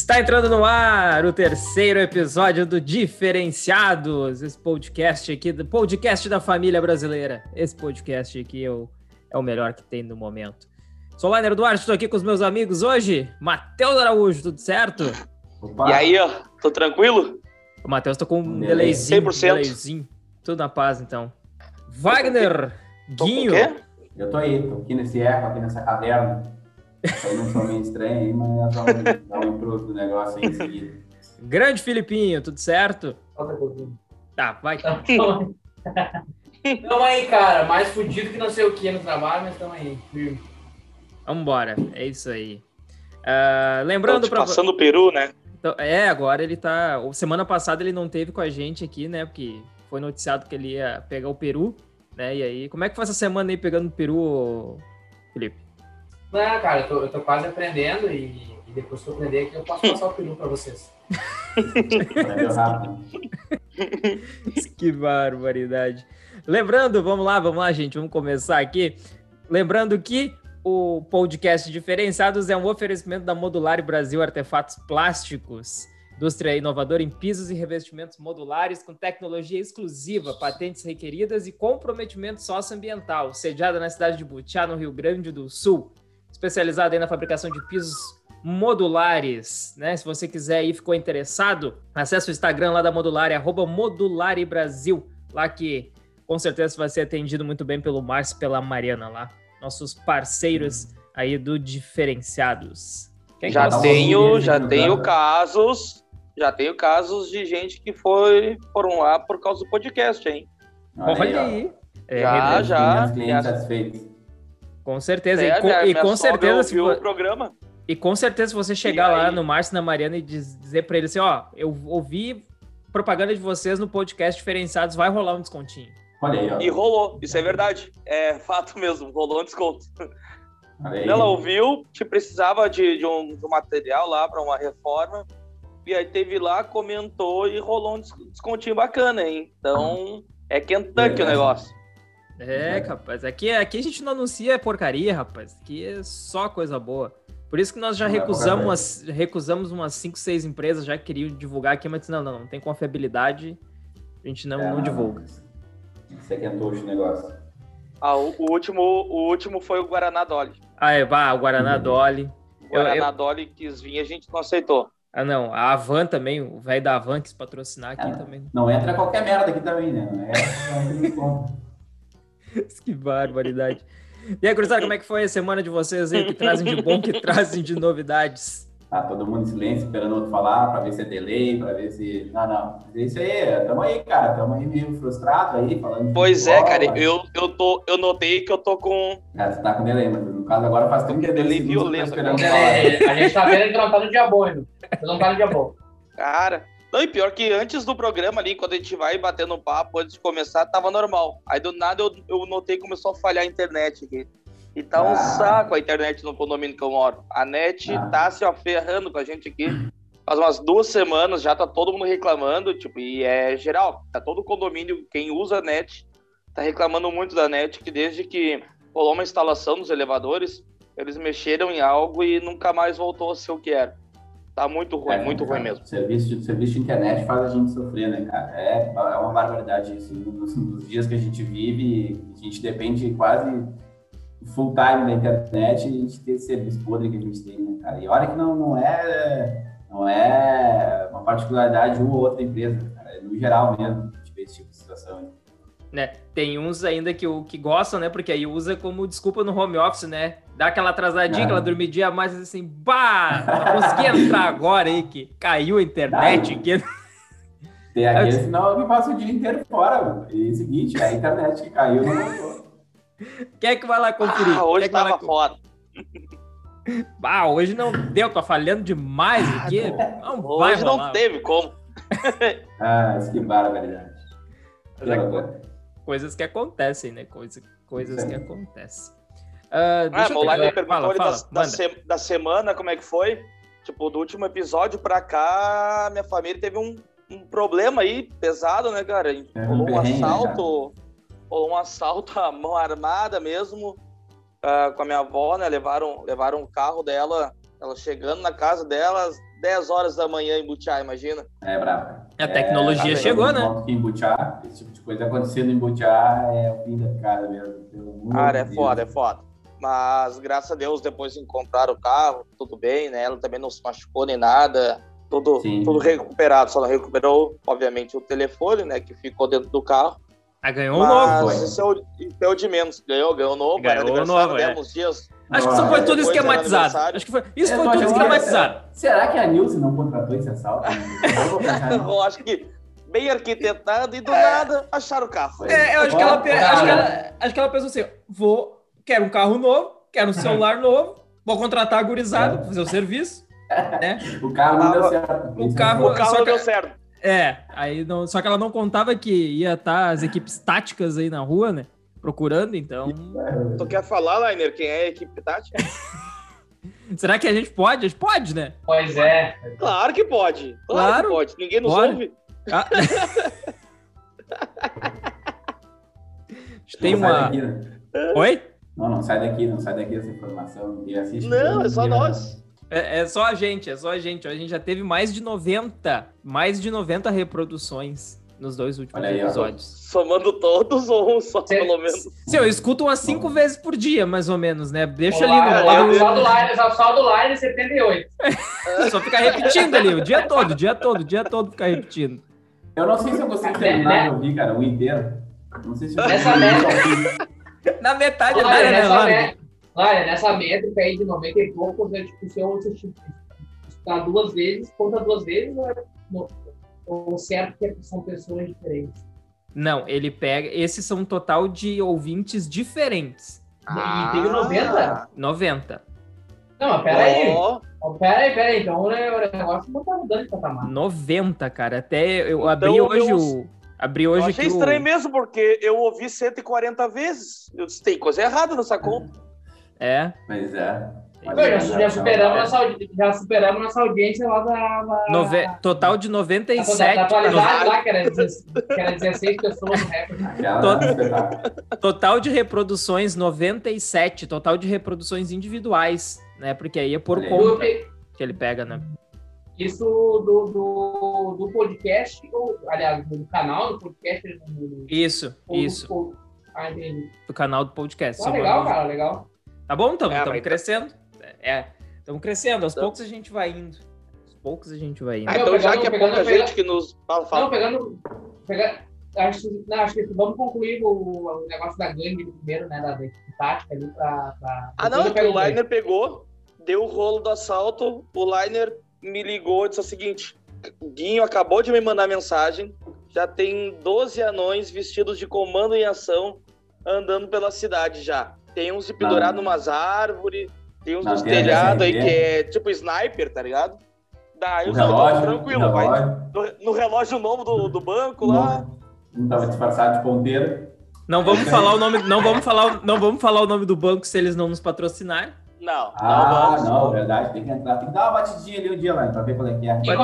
Está entrando no ar o terceiro episódio do Diferenciados, esse podcast aqui, do podcast da família brasileira. Esse podcast aqui é o melhor que tem no momento. Sou Lainer Duarte, estou aqui com os meus amigos hoje. Matheus Araújo, tudo certo? Opa. E aí, ó, tô tranquilo? O Matheus tá com um delayzinho. 100%. Tudo na paz, então. Wagner, Guinho. Eu tô aqui nesse eco, aqui nessa caverna. Eu não sou meio estranho aí, mas nós vamos dar um improve do negócio aí em seguida. Grande Filipinho, tudo certo? Falta um pouquinho. Tá, vai. Tamo aí, cara. Mais fudido que não sei o que no trabalho, mas tamo aí. Vambora, é isso aí. Lembrando pra... Passando o Peru, né? Então, agora ele tá... Semana passada ele não teve com a gente aqui, né? Porque foi noticiado que ele ia pegar o Peru, né? E aí, como é que foi essa semana aí pegando o Peru, Felipe? Não, cara, eu tô quase aprendendo e depois que eu aprender aqui eu posso passar o Peru pra vocês. Aprendeu rápido. Que barbaridade. Lembrando, vamos lá, gente, vamos começar aqui. Lembrando que o podcast Diferenciados é um oferecimento da Modulari Brasil Artefatos Plásticos, indústria inovadora em pisos e revestimentos modulares com tecnologia exclusiva, patentes requeridas e comprometimento socioambiental, sediada na cidade de Butiá, no Rio Grande do Sul, especializada aí na fabricação de pisos modulares, né? Se você quiser e ficou interessado, acesse o Instagram lá da Modulari, @ModulariBrasil, lá que com certeza vai ser atendido muito bem pelo Márcio e pela Mariana lá, nossos parceiros aí do Diferenciados. Já tenho casos de gente que foram lá por causa do podcast, hein? Olha aí. Já. Clientes satisfeitos. Com certeza. Minha com certeza se o programa. E com certeza se você chegar lá no Márcio e na Mariana e dizer pra ele assim, ó, eu ouvi propaganda de vocês no podcast Diferenciados, vai rolar um descontinho. Olha aí, ó. E rolou, isso é verdade. É fato mesmo, rolou um desconto. Ela ouviu que precisava de um material lá para uma reforma, e aí teve lá, comentou e rolou um descontinho bacana, hein? Então, é Kentucky o negócio. Rapaz, aqui a gente não anuncia porcaria, rapaz. Aqui é só coisa boa. Por isso que nós já recusamos umas 5, 6 empresas já que queriam divulgar aqui, mas não tem confiabilidade, a gente não divulga. Você quentou o negócio. O último foi o Guaraná Dolly. O Guaraná Dolly. O Guaraná Dolly quis vir, a gente não aceitou. Não, a Havan também, o velho da Havan quis patrocinar aqui também. Não entra qualquer merda aqui também, né? Que barbaridade. E aí, gurizada, como é que foi a semana de vocês aí? O que trazem de bom, o que trazem de novidades? Tá todo mundo em silêncio, esperando o outro falar, pra ver se é delay, pra ver se... Não. É isso aí, tamo aí, cara. Tamo aí meio frustrado aí, falando... Pois é, cara, eu notei que eu tô com... Você tá com delay, mas no caso agora faz tempo que delay violento. A gente tá vendo que não tá no dia bom, ainda. Você não tá no dia bom. Cara... Não, e pior que antes do programa ali, quando a gente vai batendo um papo, antes de começar, tava normal. Aí do nada eu notei que começou a falhar a internet aqui. E tá um saco a internet no condomínio que eu moro. A net tá se ferrando com a gente aqui. Faz umas 2 semanas, já tá todo mundo reclamando, tipo, e é geral. Tá todo condomínio, quem usa a net, tá reclamando muito da net, que desde que rolou uma instalação nos elevadores, eles mexeram em algo e nunca mais voltou a ser o que era. Tá muito ruim, muito ruim mesmo. Serviço de internet faz a gente sofrer, né, cara? É uma barbaridade isso. Nos dias que a gente vive, a gente depende quase full time da internet e a gente tem esse serviço podre que a gente tem, né, cara? E olha que não é uma particularidade de uma ou outra empresa, cara. É no geral mesmo, a gente vê esse tipo de situação. Né? Tem uns ainda que gostam, né? Porque aí usa como desculpa no home office, né? Dá aquela atrasadinha, aquela dormidinha a mais assim, não consegui entrar agora aí, que caiu a internet aqui. Tem aquele sinal que passa o dia inteiro fora, mano. E é o seguinte, a internet que caiu não voltou. Quem é que vai lá conferir? Hoje tava foda. Hoje não deu, tô falhando demais aqui. Hoje não teve como. Isso que barbaridade. Coisas que acontecem, né? Coisas que acontecem. O Lainer perguntou da semana, como é que foi? Tipo, do último episódio pra cá, minha família teve um problema aí, pesado, né, cara? Rolou um assalto à mão armada mesmo, com a minha avó, né? Levaram o carro dela Ela chegando na casa dela às 10 horas da manhã em Butiá, imagina. É brabo. A tecnologia chegou, né? Em Butiá, esse tipo de coisa acontecendo em Butiá é o fim da picada mesmo. Cara, é foda. Mas, graças a Deus, depois encontraram o carro, tudo bem, né? Ela também não se machucou nem nada, tudo recuperado. Só não recuperou, obviamente, o telefone, né? Que ficou dentro do carro. Ah, ganhou um novo. Mas isso é o de menos. Ganhou um novo. Ganhou era aniversário dela uns dias. Acho que isso foi tudo esquematizado. Acho que foi tudo esquematizado. Será que a Nilce não contratou esse assalto? Eu acho que bem arquitetado e do nada acharam o carro. Eu acho que ela pensou assim, quero um carro novo, quero um celular novo, vou contratar a gurizada pra fazer o serviço, né? O carro não deu certo. O carro não deu certo. Aí só que ela não contava que ia estar as equipes táticas aí na rua, né? Procurando, então... Tu quer falar, Lainer, quem é a equipe tática? Será que a gente pode? A gente pode, né? Pois é. Claro que pode. Claro que pode. Ninguém nos ouve. Tem uma... Daqui, né? Oi? Não sai daqui dessa informação. Não, é só nós. É só a gente. A gente já teve mais de 90 reproduções nos 2 últimos episódios. Somando todos ou só pelo menos? Sim, eu escuto umas 5 vezes por dia, mais ou menos, né? Deixa ali no modo... Só do Line 78. Só ficar repetindo ali o dia todo ficar repetindo. Eu não sei se eu consigo terminar de ouvir, cara, o inteiro. Não sei se eu Na metade nessa métrica aí de 90 e poucos, né? Tipo, se eu escutar 2 vezes, conta 2 vezes, ou certo que são pessoas diferentes? Não, ele pega... Esses são um total de ouvintes diferentes. E tem 90? 90. Não, mas peraí. Peraí. Então o negócio não tá mudando de patamar. 90, cara. Até eu abri hoje Abri hoje. Eu achei estranho mesmo, porque eu ouvi 140 vezes. Eu disse, tem coisa errada nessa conta. Pois é. Já superamos nossa audiência lá da... Total de 97. Da atualidade lá, que era 16 pessoas no recorde. Total de reproduções, 97. Total de reproduções individuais, né? Porque aí é por conta que ele pega, né? Isso do podcast, aliás, do canal do podcast. Isso. Entendi. Do canal do podcast. Legal, cara, legal. Tá bom? Estamos crescendo. Estamos crescendo. Aos poucos a gente vai indo. Então, já que é pouca gente que nos fala. Não, acho que vamos concluir o negócio da gangue primeiro, né? Da equipe tática ali pra... o Lainer pegou, deu o rolo do assalto, o Lainer me ligou e disse o seguinte: Guinho acabou de me mandar mensagem, já tem 12 anões vestidos de comando em ação andando pela cidade já. Tem uns de pendurar numas árvores, tem uns dos telhados aí que é tipo sniper, tá ligado? Daí eu já tô tranquilo, vai no relógio novo do banco lá. Não tava disfarçado de ponteiro. Não vamos falar o nome, não vamos falar o nome do banco se eles não nos patrocinarem. Não, verdade, tem que entrar. Tem que dar uma batidinha ali um dia lá, pra ver qual é que é. E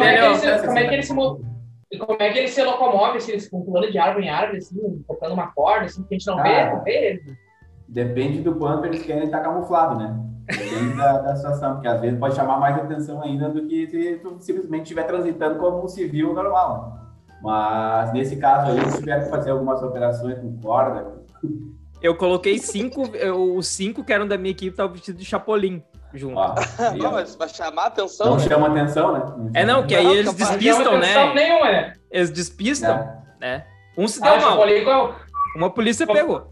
como é que ele se locomove, assim, com pulando de árvore em árvore, assim, tocando uma corda, assim, que a gente não vê eles, né? Depende do quanto eles querem estar camuflado, né? Depende da situação, porque às vezes pode chamar mais atenção ainda do que se tu simplesmente estiver transitando como um civil normal. Mas nesse caso aí, se tiver que fazer algumas operações com corda... Eu coloquei 5, os 5 que eram da minha equipe estavam vestidos de Chapolin junto. Não, mas vai chamar atenção, não chama atenção, né? Que aí eles despistam, né? Nenhuma, né? Eles despistam, né? Um se deu mal. Uma polícia pegou.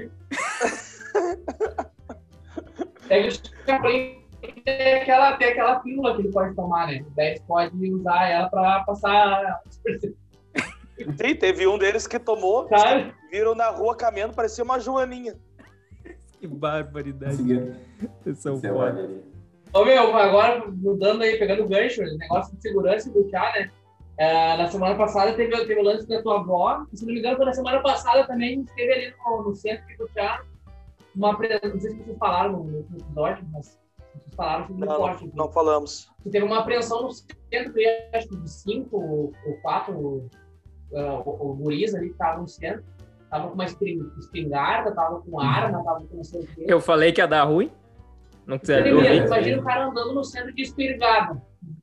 Tem aquela pílula que ele pode tomar, né? Daí ele pode usar ela pra passar... Sim, teve um deles que tomou, viram na rua caminhando, parecia uma joaninha. Que barbaridade. São foda. Ô meu, agora mudando aí, pegando o gancho, negócio de segurança do Tchá, né? Na semana passada teve o lance da tua avó, e se não me engano, foi na semana passada também, a gente esteve ali no centro do Tchá, não sei se vocês falaram no episódio, mas vocês falaram sobre o esporte. Não falamos. Teve uma apreensão no centro, acho que de 5 ou 4 guris ali que estavam no centro, estavam com uma espingarda, estavam com arma, estavam com não sei o quê. Eu falei que ia dar ruim? Não quiser ver o Primeiro, vídeo. imagina o cara andando no centro de espingarda.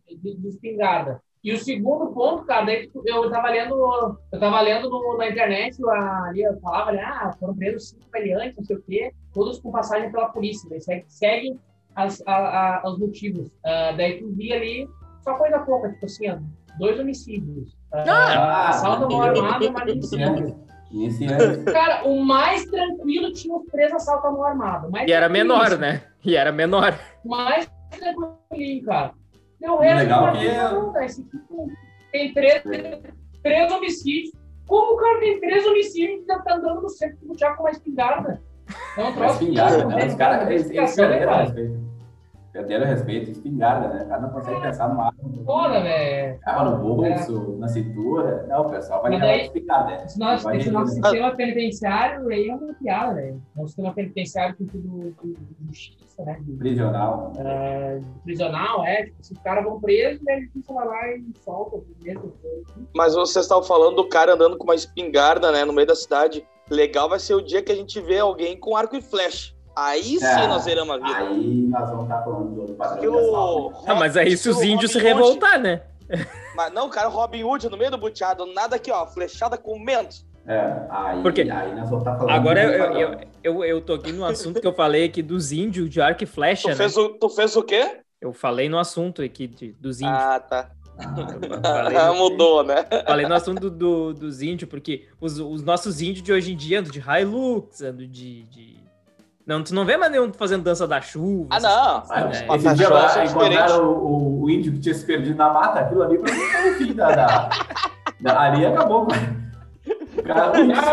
E o segundo ponto, cara, daí eu tava lendo na internet, ali eu falava, foram presos 5 meliantes, não sei o quê, todos com passagem pela polícia, daí seguem os motivos. Daí tu via ali, só coisa pouca, tipo assim, 2 homicídios. Assalto à mão armada, mais homicídio. Cara, o mais tranquilo tinha os presos assalto à mão armada. E era menor, né? O mais tranquilinho, cara. O resto legal que esse tipo tem 3 homicídios. Como o cara tem 3 homicídios e ainda tá andando no centro do Thiago com uma espingarda? É um troço. Os caras perderam respeito, espingarda, né? O cara não consegue pensar numa arma. Foda, velho. Tava no bolso, na cintura. Não, o pessoal vai levar espingarda, né? Esse nosso sistema penitenciário aí é uma piada, velho. É um sistema penitenciário com tudo de justiça, né? Prisional. Prisional, tipo, se os caras vão presos, né, a justiça vai lá e solta. Mas vocês estavam falando do cara andando com uma espingarda, né, no meio da cidade. Legal vai ser o dia que a gente vê alguém com arco e flecha. Aí sim nós zeramos a vida. Aí nós vamos estar falando do outro padrão. Mas aí se os índios se revoltar, né? Mas não, cara, Robin Hood no meio do buteado, nada aqui, ó, flechada com mento. Aí nós vamos estar falando. Agora eu tô aqui no assunto que eu falei aqui dos índios de arco e flecha, Tu fez o quê? Eu falei no assunto aqui dos índios. Ah, tá. Mudou, né? Falei no assunto dos índios, porque os nossos índios de hoje em dia andam de Hilux, andam de... Não, tu não vê mais nenhum fazendo dança da chuva. Não. Esse dia lá, encontraram o índio que tinha se perdido na mata. Aquilo ali pra mim foi o fim da ali acabou, mano. O cara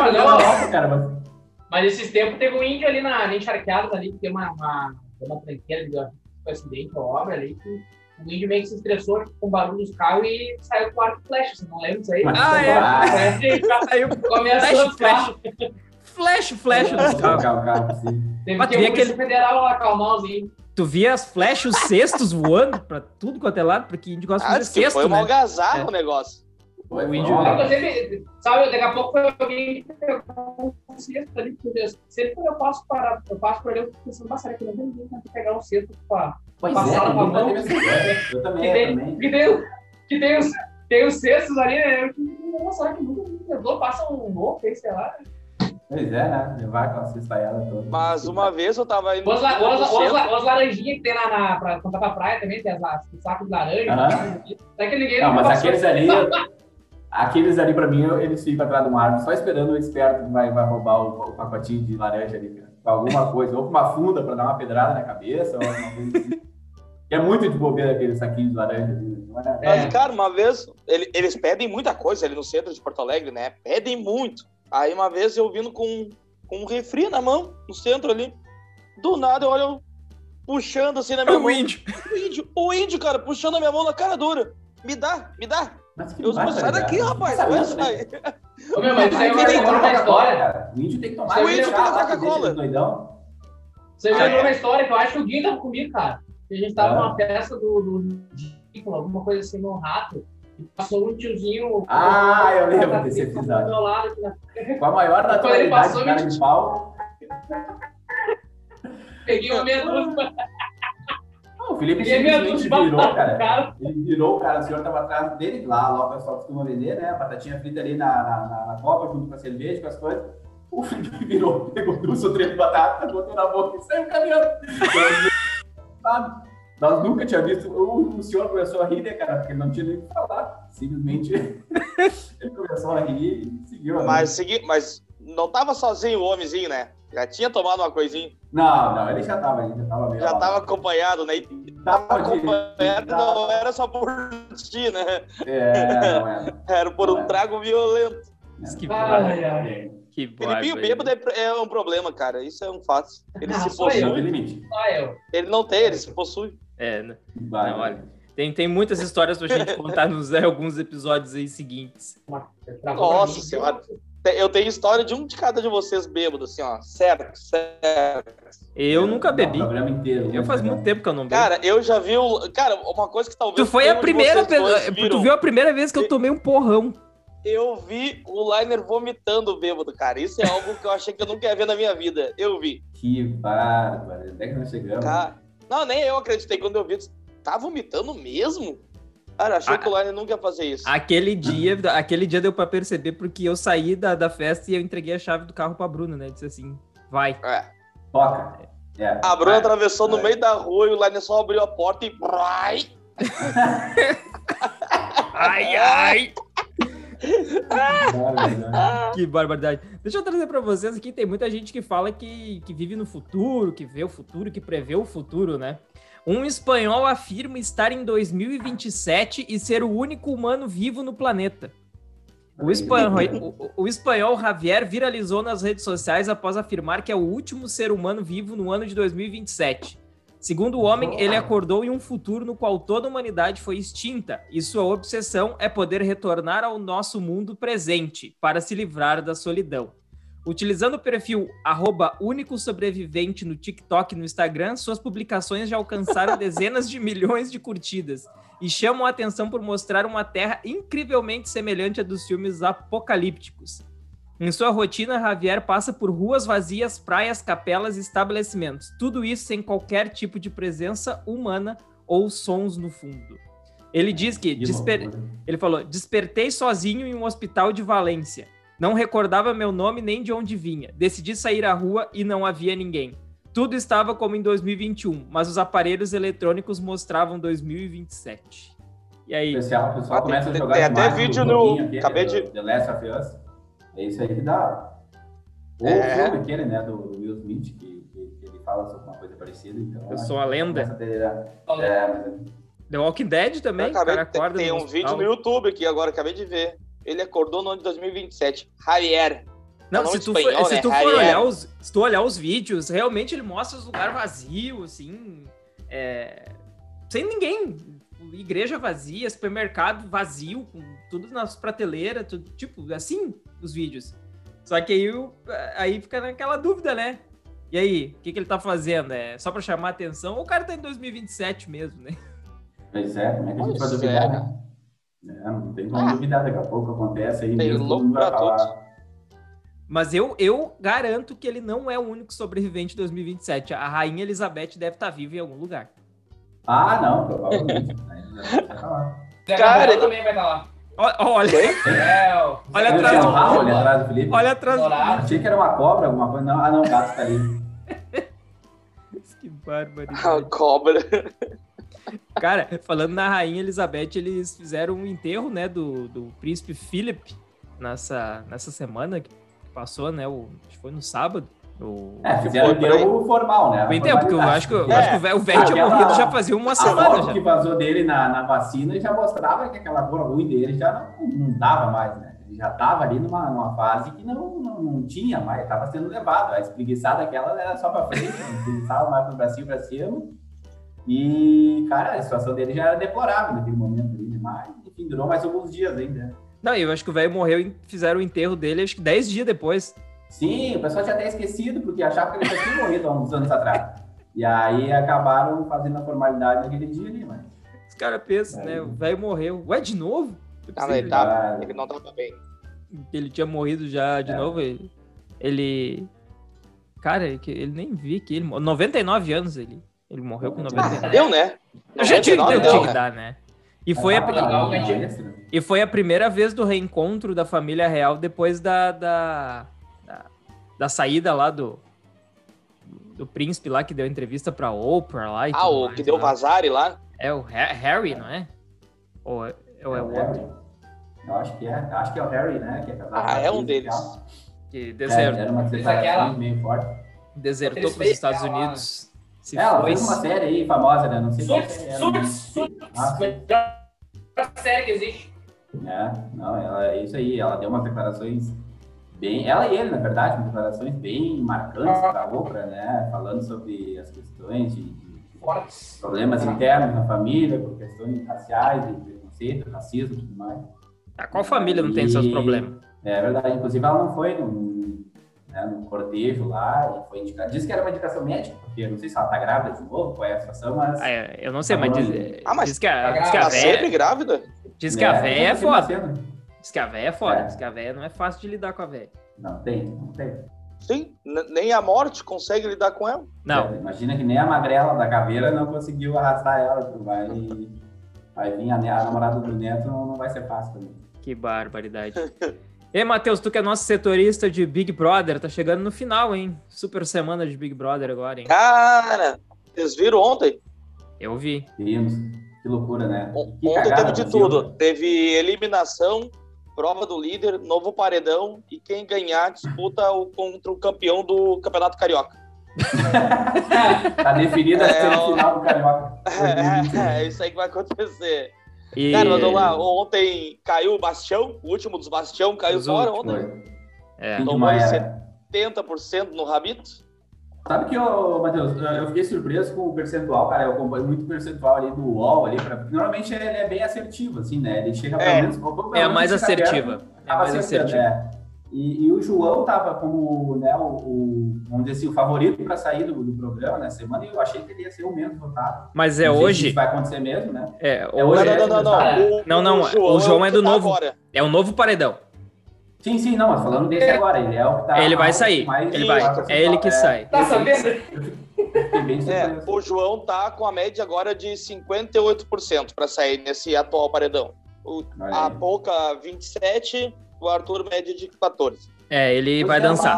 Mas esses tempos teve um índio ali na Encharqueadas ali, que tem uma tranqueira de acidente ou obra ali, que o índio meio que se estressou com o barulho dos carros e saiu com arco e flecha. Você não lembra disso aí? Saiu começou flecha dos carros. Teve que ir a Polícia Federal lá acalmar os índios. Tu via as flechas, os cestos voando pra tudo quanto é lado, porque índio gosta de fazer cesto, foi um algazarro o negócio. O índio... Sabe, daqui a pouco foi alguém que pegou um cesto ali, porque sempre quando eu passo por ali, eu fico pensando, será que não tem ninguém que pegar um cesto pra passar na mão? Eu também. Que tem os cestos ali, né? Eu fico, será que nunca me levou? Passa um louco aí, sei lá. Pois né? Levar com a cestaiada toda. Mas uma vez eu tava indo... Os laranjinhas que tem pra contar pra praia também, tem os sacos de laranja. Até que ninguém... Não, mas aqueles ali pra mim, eles ficam atrás de uma árvore, só esperando o esperto que vai roubar o pacotinho de laranja ali, cara. Com alguma coisa, ou com uma funda pra dar uma pedrada na cabeça, ou alguma coisa assim. É muito de bobeira aquele saquinho de laranja ali. Mas, cara, uma vez, eles pedem muita coisa ali no centro de Porto Alegre, né? Pedem muito. Aí uma vez eu vindo com um refri na mão, no centro ali. Do nada eu olho puxando assim na minha mão. O índio, cara, puxando a minha mão na cara dura. Me dá. Eu sai daqui, rapaz. Vai sair. Mas aí vai agora uma história. O índio tem que tomar. O índio tem Coca-Cola. Você lembrou uma história que eu acho que o Gui tava comigo, cara. A gente tava numa festa do ridículo, alguma coisa assim, no rato. E passou um tiozinho... eu lembro desse episódio. Do meu lado, com a maior naturalidade de cara de pau. Peguei uma meia dúzia. O Felipe simplesmente virou, cara. Ele virou, cara. O senhor tava atrás dele, lá o pessoal costuma vender, né? A batatinha frita ali na copa, junto com a cerveja, com as coisas. O Felipe virou, pegou 2 ou 3 batatas, botou na boca e saiu caminhando. Sabe? Nós nunca tínhamos visto. O senhor começou a rir, né, cara? Porque ele não tinha nem o que falar. Simplesmente ele começou a rir e seguiu. Mas não tava sozinho o homenzinho, né? Já tinha tomado uma coisinha. Não, ele já tava meio. Já tava acompanhado, né? Tava acompanhado, não era só por ti, né? Não era. Era por um trago violento. Que Felipinho bêbado é um problema, cara. Isso é um fato. Ele se possui. Ele não tem, ele se possui. Não, olha. Tem muitas histórias pra gente contar nos alguns episódios aí seguintes. Nossa senhora. Eu tenho história de um de cada de vocês bêbado, assim, ó. Certo. Eu nunca bebi. O programa inteiro. Faz muito tempo que eu não bebo. Cara, eu já vi Cara, uma coisa que talvez... Tu foi a primeira vez... Tu viu a primeira vez que eu tomei um porrão. Eu vi o Liner vomitando bêbado, cara. Isso é algo que eu achei que eu nunca ia ver na minha vida. Eu vi. Que bárbaro. Até que nós chegamos. Não, nem eu acreditei quando eu vi. Tá vomitando mesmo? Cara, achei que o Liner nunca ia fazer isso. Aquele dia deu pra perceber, porque eu saí da festa e eu entreguei a chave do carro pra Bruna, né? Disse assim, vai. Toca. A Bruna atravessou no meio da rua e o Liner só abriu a porta e... Ai! Que barbaridade. Deixa eu trazer pra vocês aqui, tem muita gente que fala que vive no futuro, que vê o futuro, que prevê o futuro, né? Um espanhol afirma estar em 2027 e ser o único humano vivo no planeta. O espanhol Javier viralizou nas redes sociais após afirmar que é o último ser humano vivo no ano de 2027. Segundo o homem, ele acordou em um futuro no qual toda a humanidade foi extinta e sua obsessão é poder retornar ao nosso mundo presente para se livrar da solidão. Utilizando o perfil @únicosobrevivente no TikTok e no Instagram, suas publicações já alcançaram dezenas de milhões de curtidas e chamam a atenção por mostrar uma terra incrivelmente semelhante à dos filmes apocalípticos. Em sua rotina, Javier passa por ruas vazias, praias, capelas e estabelecimentos. Tudo isso sem qualquer tipo de presença humana ou sons no fundo. Ele diz que... Ele falou, despertei sozinho em um hospital de Valência. Não recordava meu nome nem de onde vinha. Decidi sair à rua e não havia ninguém. Tudo estava como em 2021, mas os aparelhos eletrônicos mostravam 2027. E aí? O pessoal começa a jogar tem até vídeo no... Acabei de... The Last of Us. É isso aí que dá. Ou o filme aquele, né, do Will Smith, que ele fala sobre uma coisa parecida. Então, eu sou a lenda. The Walking Dead também, o cara acorda. Tem um vídeo no YouTube aqui agora, acabei de ver. Ele acordou no ano de 2027. Javier. Não, se tu olhar os vídeos, realmente ele mostra os lugares vazios, assim, sem ninguém. Igreja vazia, supermercado vazio, com tudo nas prateleiras, tudo, tipo, assim, os vídeos. Só que aí fica naquela dúvida, né? E aí, o que ele tá fazendo? É só pra chamar a atenção? Ou o cara tá em 2027 mesmo, né? Pois é, como é que a gente vai duvidar, né? Não tem como duvidar, daqui a pouco acontece aí, mesmo todo mundo vai falar. Mas eu garanto que ele não é o único sobrevivente de 2027. A Rainha Elizabeth deve estar viva em algum lugar. Ah, não, provavelmente. Cara, também vai estar lá. Olha atrás do Felipe. Olha atrás do Felipe. Achei que era uma cobra, alguma coisa. Não, o gato tá ali. Que barbaridade. A cobra. Cara, falando na Rainha Elizabeth, eles fizeram um enterro, né, do príncipe Philip nessa semana que passou, né? Acho que foi no sábado. Fizeram o enterro formal, né? Bem tempo, porque eu acho que o velho tinha morrido já fazia uma semana. A foto que vazou dele na vacina já mostrava que aquela cor ruim dele já não dava mais, né? Ele já estava ali numa fase que não tinha mais, estava sendo levado. A espreguiçada aquela era só para frente, não espreguiçava mais para o bracinho para cima. E, cara, a situação dele já era deplorável naquele momento ali, mas enfim, durou mais alguns dias ainda. Não, eu acho que o velho morreu e fizeram o enterro dele, acho que 10 dias depois. Sim, o pessoal tinha até esquecido, porque achava que ele já tinha morrido há uns anos atrás. E aí acabaram fazendo a formalidade naquele dia ali, mas... Os caras pensam, né? O velho morreu. Ué, de novo? Ele não tava bem. Ele tinha morrido já de novo. Ele... Cara, ele nem vi que ele... 99 anos ele morreu com 99. Deu, né? Já tinha que dar, né? E foi a primeira vez do reencontro da família real depois da saída lá do príncipe lá que deu entrevista pra Oprah lá e tudo mais, que deu vazare lá? É o Harry, não é? Ou é o outro? Eu acho que é o Harry, né? Que é casado é um deles. Que desertou. Era uma declaração meio forte. Desertou para os Estados Unidos. Ela fez uma série aí famosa, né? Não sei Suits! A série que existe. É isso aí. Ela deu umas declarações bem... Ela e ele, na verdade, umas declarações bem marcantes para a Oprah, né? Falando sobre as questões de problemas internos na família, por questões raciais, de preconceito, racismo e tudo mais. Qual família não tem seus problemas? É verdade. Inclusive, ela não foi no cortejo lá e foi indicada. Diz que era uma indicação médica, porque eu não sei se ela tá grávida de novo, qual é a situação, mas... eu não sei, mas diz que a véia... sempre grávida? Diz que a véia é foda. Diz que a véia é foda. Diz que a véia não é fácil de lidar com a véia. Não tem. Sim, nem a morte consegue lidar com ela. Não. Imagina que nem a magrela da caveira não conseguiu arrastar ela. Vai vir a namorada do Neto, não vai ser fácil também. Que barbaridade. E Matheus, tu que é nosso setorista de Big Brother, tá chegando no final, hein? Super semana de Big Brother agora, hein? Cara, vocês viram ontem? Eu vi. Vimos. Que loucura, né? Que Ontem cagada teve de possível. tudo. Teve eliminação, prova do líder, novo paredão e quem ganhar disputa contra o campeão do Campeonato Carioca. Tá definida a semifinal do Carioca. É isso aí que vai acontecer. E... Cara, mas vamos lá, ontem caiu o Bastião, o último dos Bastião caiu Os fora últimos. ontem. É. Fim de Tomou manhã. 70% no Rabito. Sabe que, Matheus, eu fiquei surpreso com o percentual, cara. Eu acompanho muito o percentual ali do UOL, ali, porque normalmente ele é bem assertivo, assim, né? Ele chega pelo menos... É a mais assertiva. É a mais assertiva. E o João tava como, né, vamos dizer assim, o favorito para sair do programa na semana, e eu achei que ele ia ser o menos votado. Mas Não sei se hoje... isso vai acontecer mesmo, né? Hoje... Não. O João é do tá novo. Agora. É o novo paredão. Sim, não, mas falando desse agora, ele é o que tá... Ele vai sair. Ele vai. É ele que sai. Tá sabendo? Fiquei bem surpreso. O João tá com a média agora de 58% para sair nesse atual paredão. A Pouca, 27%, o Arthur, média de 14%. Ele vai dançar.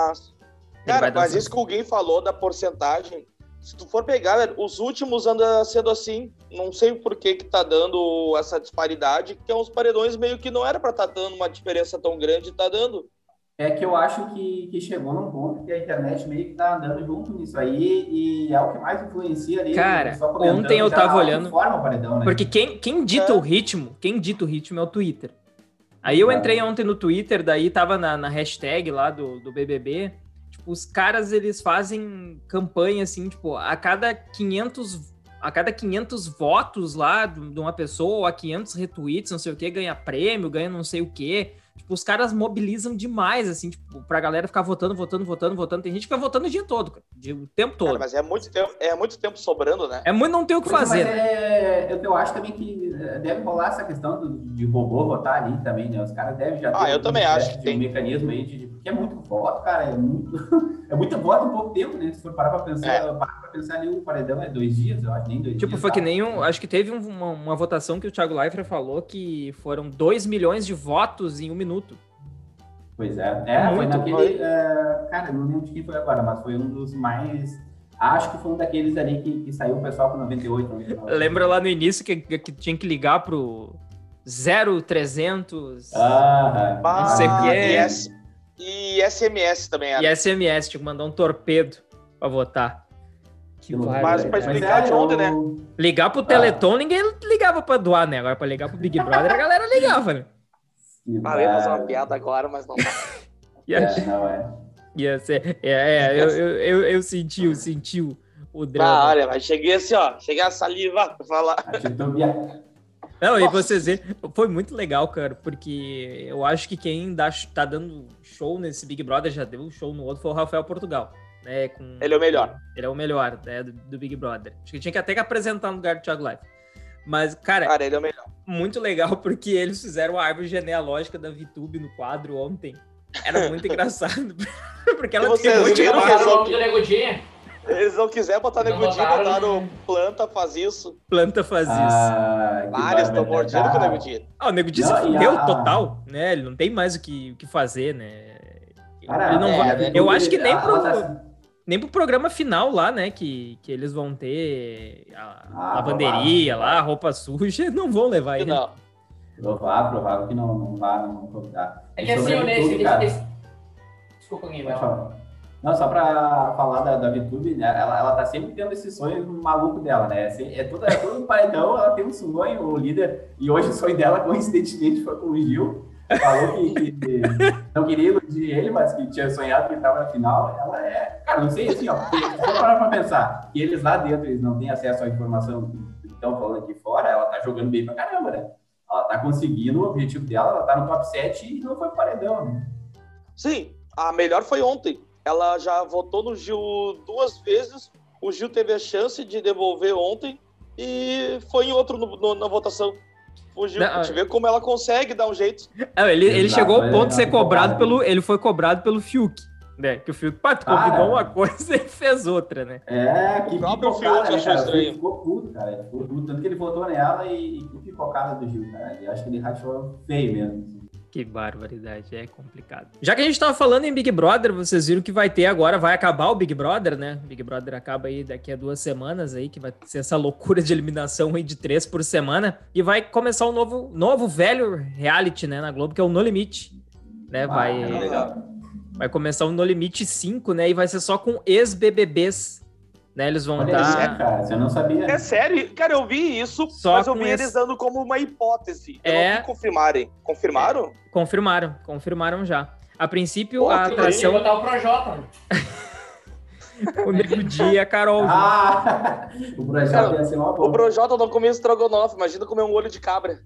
Mas isso que alguém falou da porcentagem, se tu for pegar, os últimos anda sendo assim. Não sei por que tá dando essa disparidade, que é uns paredões meio que não era para estar dando uma diferença tão grande, tá dando. É que eu acho que chegou num ponto que a internet meio que tá andando junto nisso aí, e é o que mais influencia ali. Cara, ontem eu tava olhando, forma o paredão, né? porque quem dita o ritmo é o Twitter. Aí eu entrei ontem no Twitter, daí tava na hashtag lá do BBB, tipo, os caras, eles fazem campanha, assim, tipo, a cada 500 votos lá de uma pessoa, ou a 500 retweets, não sei o que, ganha prêmio, ganha não sei o que. Tipo, os caras mobilizam demais, assim, tipo, pra galera ficar votando. Tem gente que fica votando o dia todo, cara, o tempo todo. Cara, mas é muito tempo sobrando, né? É muito, não tem o que fazer. Mas eu acho também que deve rolar essa questão de robô votar ali também, né? Os caras devem já ter eu também acho que tem um mecanismo aí porque é muito voto, cara, é muito voto em pouco tempo, né? Se for parar pra pensar ali, o paredão é 2 dias, eu acho, nem 2 dias. Tipo, foi que nem acho que teve uma votação que o Thiago Leifert falou que foram 2 milhões de votos em 1 minuto. Pois foi naquele... cara, não lembro de quem foi agora, mas foi um dos mais... Acho que foi um daqueles ali que saiu o pessoal com 98, 99. Lembra lá no início que tinha que ligar pro 0300... não sei o que. E SMS também era. E SMS, tinha que mandar um torpedo pra votar. Mas pra explicar de onde, né? Ligar pro Teleton, ninguém ligava pra doar, né? Agora pra ligar pro Big Brother, a galera ligava, né? Falei fazer uma piada agora, mas não. Ia ser. Eu senti o drama. Olha, mas cheguei assim, ó. Cheguei a saliva pra falar. Não, e vocês verem, foi muito legal, cara, porque eu acho que quem tá dando show nesse Big Brother, já deu show no outro, foi o Rafael Portugal. Né, ele é o melhor. Ele é o melhor, né, do Big Brother. Acho que tinha que até apresentar no lugar do Thiago Leifert. Mas, cara, ele é o melhor. Muito legal, porque eles fizeram a árvore genealógica da VTube no quadro ontem. Era muito engraçado. Porque ela tem muito de Eles não quiseram botar Negudinho, botaram Planta faz isso. Vários estão mordidos com o Negudinho. O Negudinho se fudeu total, né? Ele não tem mais o que fazer, né? Ele não vai... Eu acho que nem pro programa final lá, né? Que eles vão ter a lavanderia lá, a roupa suja, não vão levar ele. Não. Provável que não convidar. É que assim, Desculpa, alguém vai falar. Não, só pra falar da VTube, né? Ela tá sempre tendo esse sonho maluco dela, né? Todo um paredão, ela tem um sonho, o líder, e hoje o sonho dela, coincidentemente, foi com o Gil. Falou que não queria iludir ele, mas que tinha sonhado que ele tava na final. Ela cara, não sei, assim, ó, só parar pra pensar que eles lá dentro, eles não têm acesso à informação que estão falando aqui fora, ela tá jogando bem pra caramba, né? Ela tá conseguindo o objetivo dela, ela tá no top 7 e não foi paredão, né? Sim, a melhor foi ontem. Ela já votou no Gil 2 vezes, o Gil teve a chance de devolver ontem e foi em outro na votação. O Gil, a gente vê como ela consegue dar um jeito. Ele chegou ao ponto de ser cobrado ele foi cobrado pelo Fiuk. né? Que o Fiuk, tu combinou uma coisa e fez outra, né? Que próprio pipocada, Fiuk achou estranho. Ele ficou puto, cara. Ele ficou puto, tanto que ele votou nela e que pipocada do Gil, cara. Eu acho que ele rachou feio mesmo. Assim. Que barbaridade, é complicado. Já que a gente tava falando em Big Brother, vocês viram que vai ter agora, vai acabar o Big Brother, né? Big Brother acaba aí daqui a 2 semanas aí, que vai ser essa loucura de eliminação aí de 3 por semana. E vai começar um novo velho reality, né, na Globo, que é o No Limite. Né? Vai começar o No Limite 5, né? E vai ser só com ex-BBBs. Né? Eles vão dar... cara, você não sabia. É sério? Cara, eu vi isso, só mas eu vi eles dando como uma hipótese. Eu não vi confirmarem. Confirmaram? Confirmaram já. A princípio, a atração... Eu ia botar o Projota. O Nego Di e a Carol. O Projota ia ser uma boa. O Projota não comia estrogonofe, imagina comer um olho de cabra.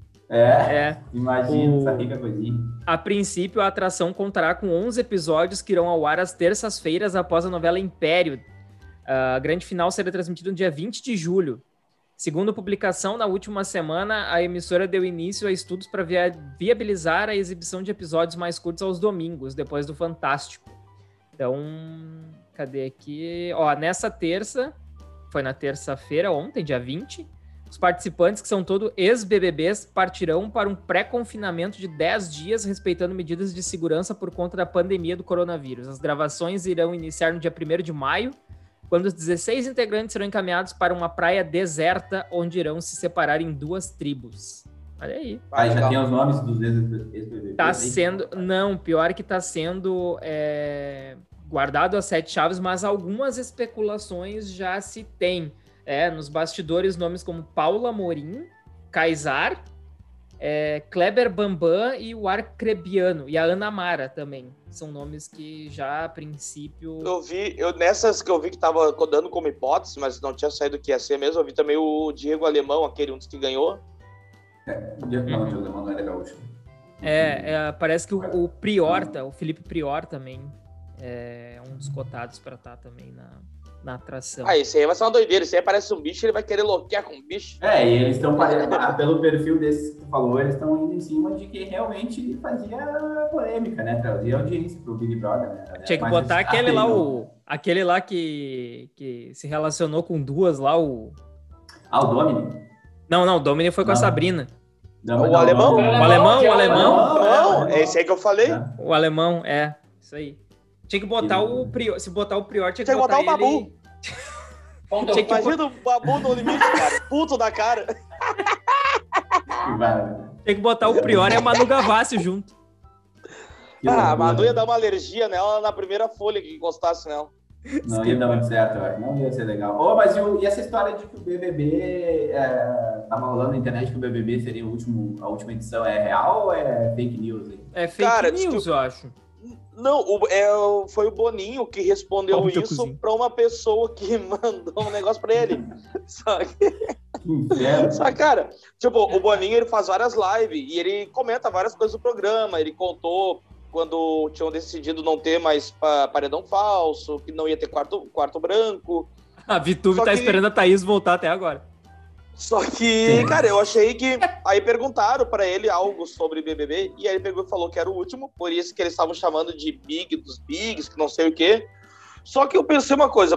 Imagina essa rica coisinha. A princípio, a atração contará com 11 episódios que irão ao ar às terças-feiras após a novela Império. A grande final será transmitida no dia 20 de julho. Segundo a publicação, na última semana, a emissora deu início a estudos para viabilizar a exibição de episódios mais curtos aos domingos, depois do Fantástico. Então, cadê aqui? Nessa terça, foi na terça-feira, ontem, dia 20, os participantes, que são todos ex-BBBs, partirão para um pré-confinamento de 10 dias, respeitando medidas de segurança por conta da pandemia do coronavírus. As gravações irão iniciar no dia 1º de maio, quando os 16 integrantes serão encaminhados para uma praia deserta, onde irão se separar em 2 tribos. Olha aí. Já tem os nomes dos ex-BBBs? Tá sendo... Não, pior que tá sendo guardado as 7 chaves, mas algumas especulações já se tem. Nos bastidores, nomes como Paula Amorim, Kaysar, Kleber Bambam e o Arcrebiano, e a Ana Mara também. São nomes que já, a princípio... Nessas que eu vi que tava dando como hipótese, mas não tinha saído o que ia ser mesmo, eu vi também o Diego Alemão, aquele um dos que ganhou. O Diego Alemão não é legal hoje. Parece que o Prior, o Felipe Prior também é um dos cotados para estar também na atração. Esse aí vai ser uma doideira. Esse aí parece um bicho, ele vai querer loquear com um bicho. E eles estão, pelo perfil desses que tu falou, eles estão indo em cima de que realmente fazia polêmica, né? Trazia audiência pro Big Brother, né? Tinha que botar aquele lá que se relacionou com 2 lá, o Domini? Não, o Domini foi com a Sabrina. O alemão? O alemão? Não, é esse aí que eu falei. O alemão, isso aí. Tinha que botar o Prior. Se botar o Prior, tinha que botar o Babu. Ele... Imagina o Babu No Limite, cara. Puto da cara. Tinha que botar o Prior e a Manu Gavassi junto. A Manu ia dar uma alergia nela na primeira folha que encostasse nela. Não ia dar muito certo, eu acho. Não ia ser legal. Mas e essa história de que o BBB... tava rolando na internet que o BBB seria a última edição. É real ou é fake news? Hein? É fake news, eu acho. Não, foi o Boninho que respondeu isso pra uma pessoa que mandou um negócio pra ele. Só que, cara, tipo, o Boninho, ele faz várias lives e ele comenta várias coisas do programa. Ele contou quando tinham decidido não ter mais paredão falso, que não ia ter quarto branco. A VTube tá esperando a Thaís voltar até agora. Só que, cara, eu achei que... Aí perguntaram pra ele algo sobre BBB, e aí ele pegou e falou que era o último, por isso que eles estavam chamando de Big dos Bigs, que não sei o quê. Só que eu pensei uma coisa,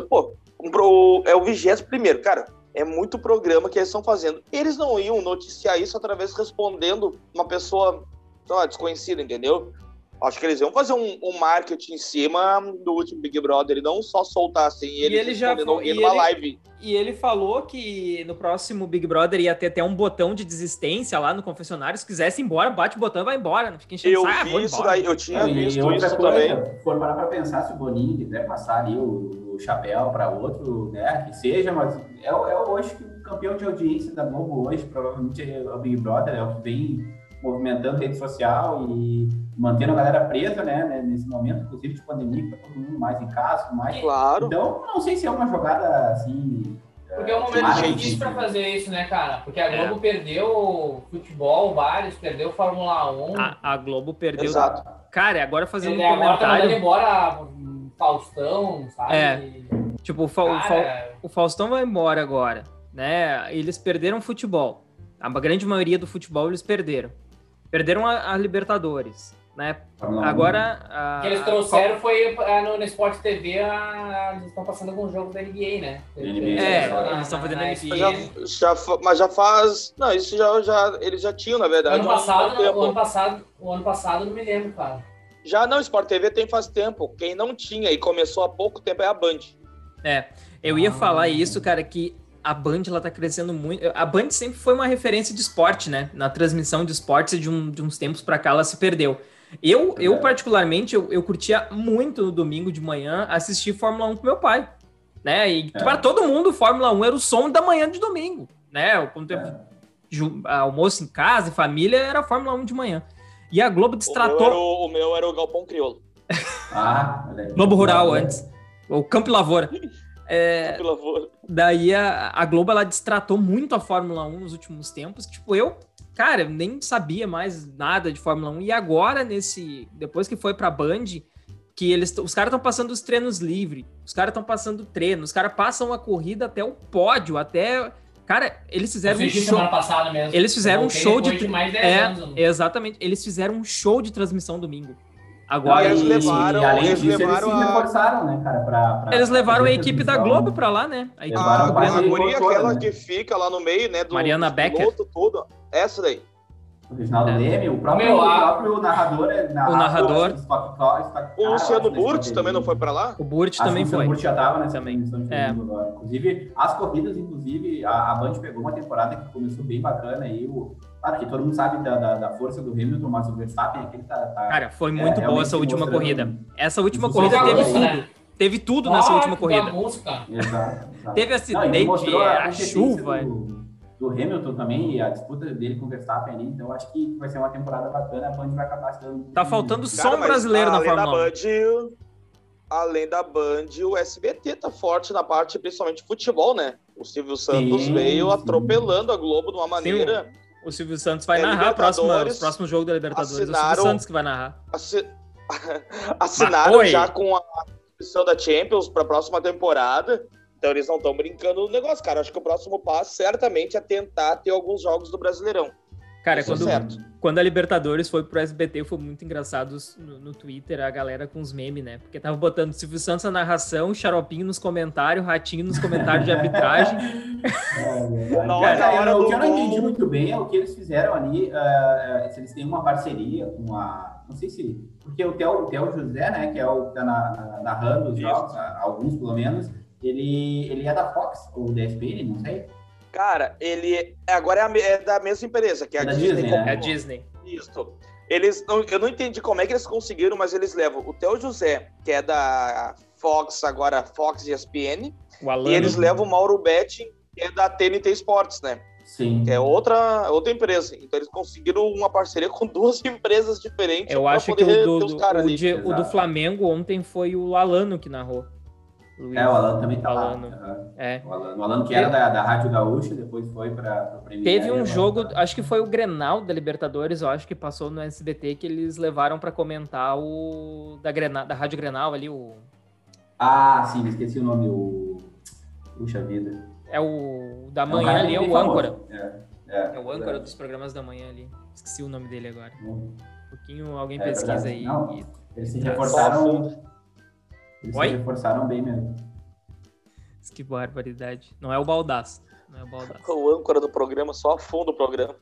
é o 21º, cara, é muito programa que eles estão fazendo. Eles não iam noticiar isso através respondendo uma pessoa, sei lá, desconhecida, entendeu? Acho que eles iam fazer um marketing em cima do último Big Brother e não só soltar assim, ele respondendo alguém numa live. E ele falou que no próximo Big Brother ia ter até um botão de desistência lá no confessionário. Se quisesse ir embora, bate o botão e vai embora. Não fica enchendo o saco. Eu vi isso daí, eu tinha visto isso também. Se for parar pra pensar, se o Boninho quiser passar ali o chapéu para outro, né, que seja, mas hoje que o campeão de audiência da Globo hoje, provavelmente é o Big Brother, é o que vem movimentando rede social e mantendo a galera presa, né, nesse momento, inclusive de pandemia, que tá todo mundo mais em casa, mais... Claro. Então, não sei se é uma jogada, assim... Porque é um momento difícil pra fazer isso, né, cara? Porque a Globo perdeu futebol, vários, perdeu Fórmula 1. A Globo perdeu... Exato. Cara, agora fazendo um comentário... Agora tá mandando embora Faustão, sabe? Tipo, o Faustão vai embora agora, né? Eles perderam futebol. A grande maioria do futebol eles perderam. Perderam a Libertadores. né? Fórmula 1. Agora... O que eles trouxeram foi no Sport TV, eles estão passando alguns jogos da NBA, né? NBA. Eles estão fazendo NBA. Mas já faz... Não, isso eles já tinham, na verdade. O ano passado não me lembro, cara. Já não, Sport TV tem faz tempo. Quem não tinha e começou há pouco tempo é a Band. Eu ia falar isso, cara, que a Band, ela tá crescendo muito. A Band sempre foi uma referência de esporte, né? Na transmissão de esportes, de uns tempos pra cá, ela se perdeu. Eu particularmente, eu curtia muito no domingo de manhã assistir Fórmula 1 com meu pai, né? E para todo mundo, Fórmula 1 era o som da manhã de domingo, né? Quando almoço em casa, em família, era Fórmula 1 de manhã. E a Globo destratou... O meu era o Galpão Crioulo. Globo Rural antes. O Campo e Lavoura. Daí a Globo, ela destratou muito a Fórmula 1 nos últimos tempos. Tipo, eu nem sabia mais nada de Fórmula 1. E agora, depois que foi pra Band, que os caras estão passando os treinos livres, os caras estão passando treino, os caras passam a corrida até o pódio, até... Cara, eles fizeram um show... semana passada mesmo. Eles fizeram um show de... mais 10 anos. Exatamente. Eles fizeram um show de transmissão domingo. Agora, eles levaram... Além disso, eles se reforçaram, né, cara? Eles levaram a equipe da Globo pra lá, né? A guria, aquela que fica lá no meio, né? Mariana Becker. Tudo. Essa daí. O Reginaldo Leme, o próprio narrador. O narrador. O Luciano Burti também não foi pra lá? O Burti também foi. O Burti já tava nessa também. Agora. Inclusive, as corridas, a Band pegou uma temporada que começou bem bacana aí. Claro que todo mundo sabe da força do Hamilton, mas o Verstappen aqui tá... Cara, foi muito boa essa última corrida. Essa última corrida teve tudo. Né? Teve tudo nessa última corrida. Exato. Teve acidente, a chuva... Do Hamilton também, e a disputa dele com o Verstappen ali, então acho que vai ser uma temporada bacana, a Band vai acabar se dando... Tá faltando só um brasileiro na Fórmula 1. Além da Band, o SBT tá forte na parte, principalmente futebol, né? O Silvio Santos veio atropelando a Globo de uma maneira... Sim. O Silvio Santos vai narrar o próximo jogo da Libertadores. O Silvio Santos que vai narrar. Assinaram já com a inscrição da Champions para a próxima temporada. Então eles não estão brincando no negócio, cara. Acho que o próximo passo certamente é tentar ter alguns jogos do Brasileirão. Cara, quando a Libertadores foi pro SBT, foi muito engraçado no Twitter, a galera com os memes, né? Porque tava botando Silvio Santos na narração, Xaropinho nos comentários, Ratinho nos comentários de arbitragem. O que eu não entendi muito bem é o que eles fizeram ali, se eles têm uma parceria com a... Não sei se... Porque o Theo José, né, que é o que tá narrando os jogos, alguns pelo menos, ele é da Fox, ou da ESPN, não sei. Cara, ele agora é da mesma empresa, que é a Disney. Né? É a Disney. Isso. Eu não entendi como é que eles conseguiram, mas eles levam o Theo José, que é da Fox, agora Fox e ESPN, e eles levam o Mauro Betti, que é da TNT Sports, né? Sim. Que é outra empresa. Então eles conseguiram uma parceria com duas empresas diferentes. Eu acho que o do Flamengo ontem foi o Alano que narrou. O Alano também tá lá. O Alano que era da Rádio Gaúcha, depois foi para o Premier. Teve um jogo, acho que foi o Grenal da Libertadores, eu acho que passou no SBT, que eles levaram para comentar o da Rádio Grenal ali, o... Ah, sim, esqueci o nome, Puxa vida. É o da manhã ali, é o âncora. É o âncora dos programas da manhã ali. Esqueci o nome dele agora. Um pouquinho, alguém pesquisa aí. Não, eles se reforçaram... Eles se reforçaram bem mesmo. Que barbaridade. Não é o Baldasso. O âncora do programa só afunda o programa.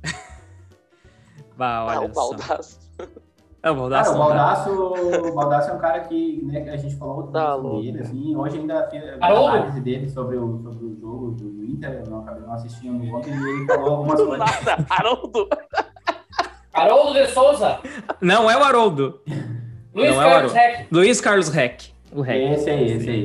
Olha o Baldasso. O Baldasso. O Baldasso é um cara que, né, a gente falou sobre ele, assim, hoje ainda fiz a análise dele sobre o jogo do Inter, eu acabei não assistindo ontem, e ele falou algumas coisas. Nada, Haroldo de Souza. Não é o Haroldo. Luiz Carlos Reck. O Reck. Esse aí.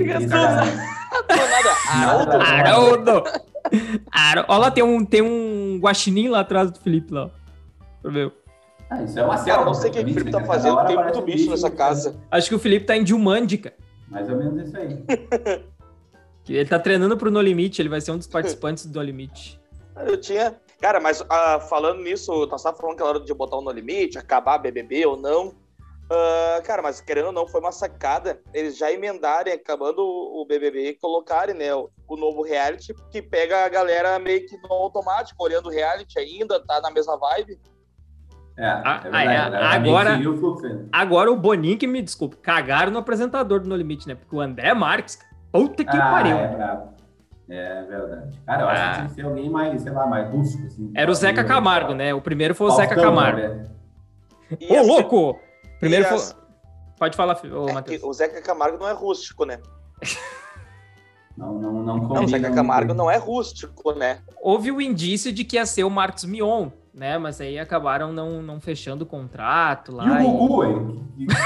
Haroldo. Olha lá, tem um guaxinim lá atrás do Felipe lá. Meu. Isso é uma selva. Não sei o que o Felipe tá fazendo, tem muito bicho nessa casa. Acho que o Felipe tá em Dilmândica. Mais ou menos isso aí. Ele tá treinando pro No Limite, ele vai ser um dos participantes do No Limite. Eu tinha... Cara, mas falando nisso, nós tava falando que era hora de botar o No Limite, acabar BBB ou não. Cara, mas querendo ou não, foi uma sacada eles já emendarem, acabando o BBB, e colocarem, né, o novo reality, que pega a galera meio que no automático, olhando o reality ainda, tá na mesma vibe. Agora o Boninho que me desculpe, cagaram no apresentador do No Limite, né? Porque o André Marques, puta que pariu. É brabo. É verdade. Cara, eu acho que tinha que ser alguém mais, sei lá, mais rústico, assim. Era o Zeca Camargo, né? O primeiro foi o Zeca Camargo. Ô, louco! Primeiro foi... Pode falar, Matheus. O Zeca Camargo não é rústico, né? Não, o Zeca Camargo não é rústico, né? Houve o indício de que ia ser o Marcos Mion, né? Mas aí acabaram não fechando o contrato lá. E o Gugu, hein?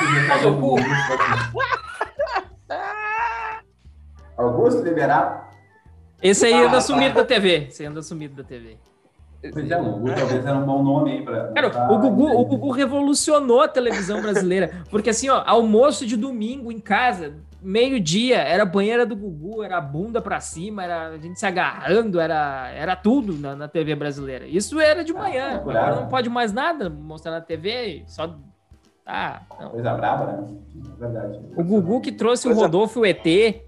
Augusto liberar. Esse aí anda sumido da TV. Pois é, o Gugu talvez era um bom nome aí pra... Cara, o Gugu revolucionou a televisão brasileira. Porque assim, ó, almoço de domingo em casa, meio-dia, era a banheira do Gugu, era a bunda pra cima, era a gente se agarrando, era tudo na TV brasileira. Isso era de manhã. Agora não pode mais nada mostrar na TV, só... Coisa braba, né? É verdade. O Gugu que trouxe o Rodolfo e o ET.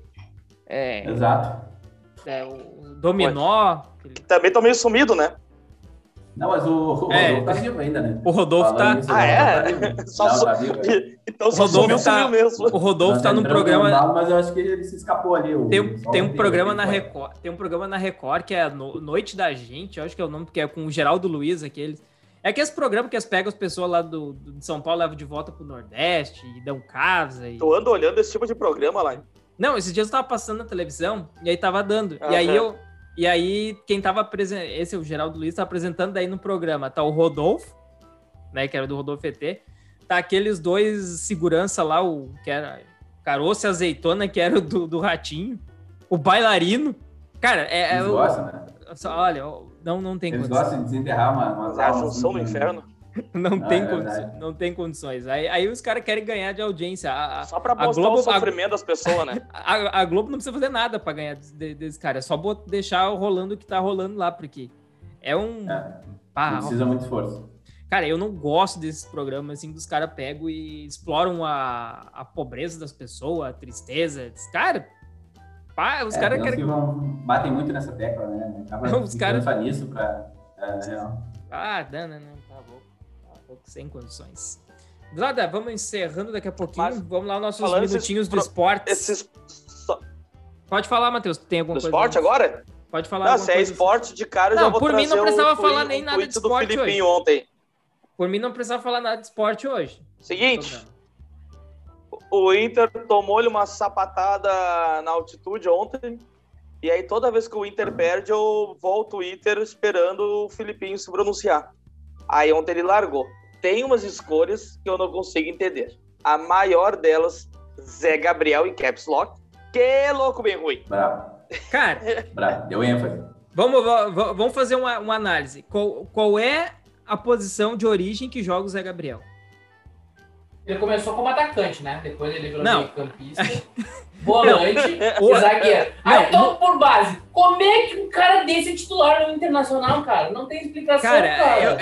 Exato. O Dominó. Que também tá meio sumido, né? Não, mas o Rodolfo tá vivo ainda, né? O Rodolfo tá... Tá vivo. Então só sumiu mesmo. O Rodolfo tá num programa... Mas eu acho que ele se escapou ali. Tem um programa na Record. Tem um programa na Record que é Noite da Gente, eu acho que é o nome, porque é com o Geraldo Luiz, aqueles... É que esse programa que eles pegam as pessoas lá de São Paulo, levam de volta pro Nordeste e dão casa. Tu anda olhando esse tipo de programa lá? Não, esses dias eu tava passando na televisão e aí tava dando. E aí, quem tava apresentando... Esse é o Geraldo Luiz, tá apresentando daí no programa. Tá o Rodolfo, né, que era do Rodolfo ET. Tá aqueles dois segurança lá, que era Caroço e Azeitona, que era do Ratinho. O bailarino. Cara, Eles gostam, né? Olha, não tem Eles condições. gostam de desenterrar umas a junção do inferno. Não tem condições. Aí os caras querem ganhar de audiência. Só pra mostrar o sofrimento das pessoas, né? A Globo não precisa fazer nada pra ganhar desse cara. É só deixar rolando o que tá rolando lá, porque é um... não precisa muito esforço. Cara, eu não gosto desses programas, assim, que os caras pegam e exploram a pobreza das pessoas, a tristeza. Cara, os caras querem... Batem muito nessa tecla, né? Acaba os caras... nisso pra... não, tá bom. Sem condições. Nada, vamos encerrando daqui a pouquinho. Vamos lá, nossos minutinhos do esporte. Pode falar, Matheus, tem alguma coisa? Do esporte agora? Pode falar. Não, se é esporte de cara, eu já vou trazer. Por mim não precisava falar nem nada de esporte hoje. Ontem. Por mim não precisava falar nada de esporte hoje. Seguinte, o Inter tomou-lhe uma sapatada na altitude ontem. E aí toda vez que o Inter perde, eu volto o Inter esperando o Filipinho se pronunciar. Aí ontem ele largou. Tem umas escolhas que eu não consigo entender. A maior delas, Zé Gabriel em caps lock. Que louco bem ruim. Bravo. Cara, bravo. Deu ênfase. Vamos fazer uma análise. Qual é a posição de origem que joga o Zé Gabriel? Ele começou como atacante, né? Depois ele virou meio-campista, volante e zagueiro. Então, por base, como é que um cara desse é titular no Internacional, cara? Não tem explicação, cara.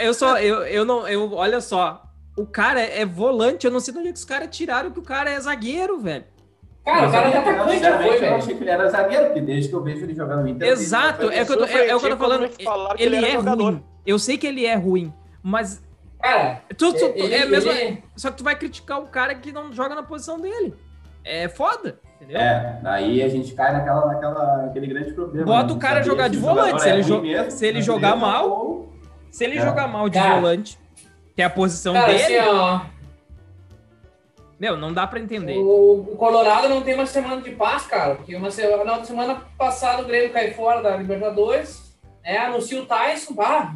Olha só, o cara é volante, eu não sei de onde é que os caras tiraram que o cara é zagueiro, velho. Cara, o cara é atacante, já foi, velho. Eu achei que ele era zagueiro, porque desde que eu vejo ele jogando no Inter... Exato, é o que eu tô falando. Ele é ruim. Eu sei que ele é ruim, mas... Cara, só que tu vai criticar o cara que não joga na posição dele. É foda, entendeu? Daí a gente cai naquele grande problema. Bota o cara jogar de volante. Se ele jogar mal, jogar mal de volante, que é a posição dele... Assim, meu, não dá pra entender. O Colorado não tem uma semana de paz, cara, porque na semana passada o Grêmio cai fora da Libertadores... anuncia o Tyson,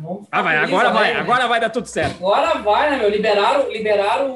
agora vai dar tudo certo. Agora vai, né, meu? Liberaram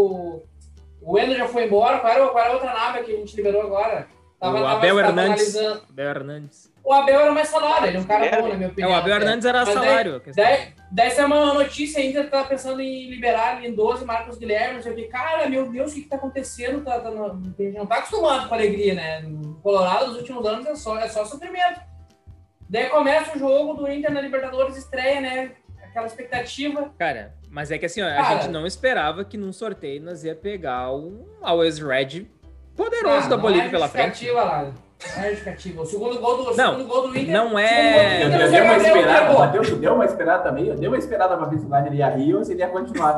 o Endo já foi embora. Qual era a outra nave que a gente liberou agora? O Abel Hernandes. O Abel era mais salário, ele é um cara bom, na minha opinião. O Abel Hernandes era salário. Daí saiu uma notícia ainda, tá pensando em liberar Lindoso e Marcos Guilherme, não sei o que. Cara, meu Deus, o que tá acontecendo? A gente não tá acostumado com alegria, né? No Colorado, nos últimos anos, é só sofrimento. Daí começa o jogo do Inter na Libertadores, estreia, né? Aquela expectativa. Cara, mas é que assim, ó, a gente não esperava que num sorteio nós ia pegar um Always Red poderoso da Bolívia pela frente. Lá. É justificativa. O segundo gol do Inter... Não é... Eu dei uma esperada, o Matheus deu uma esperada também. Eu dei uma esperada pra ver se o Wagner ia rir ou se ele ia continuar.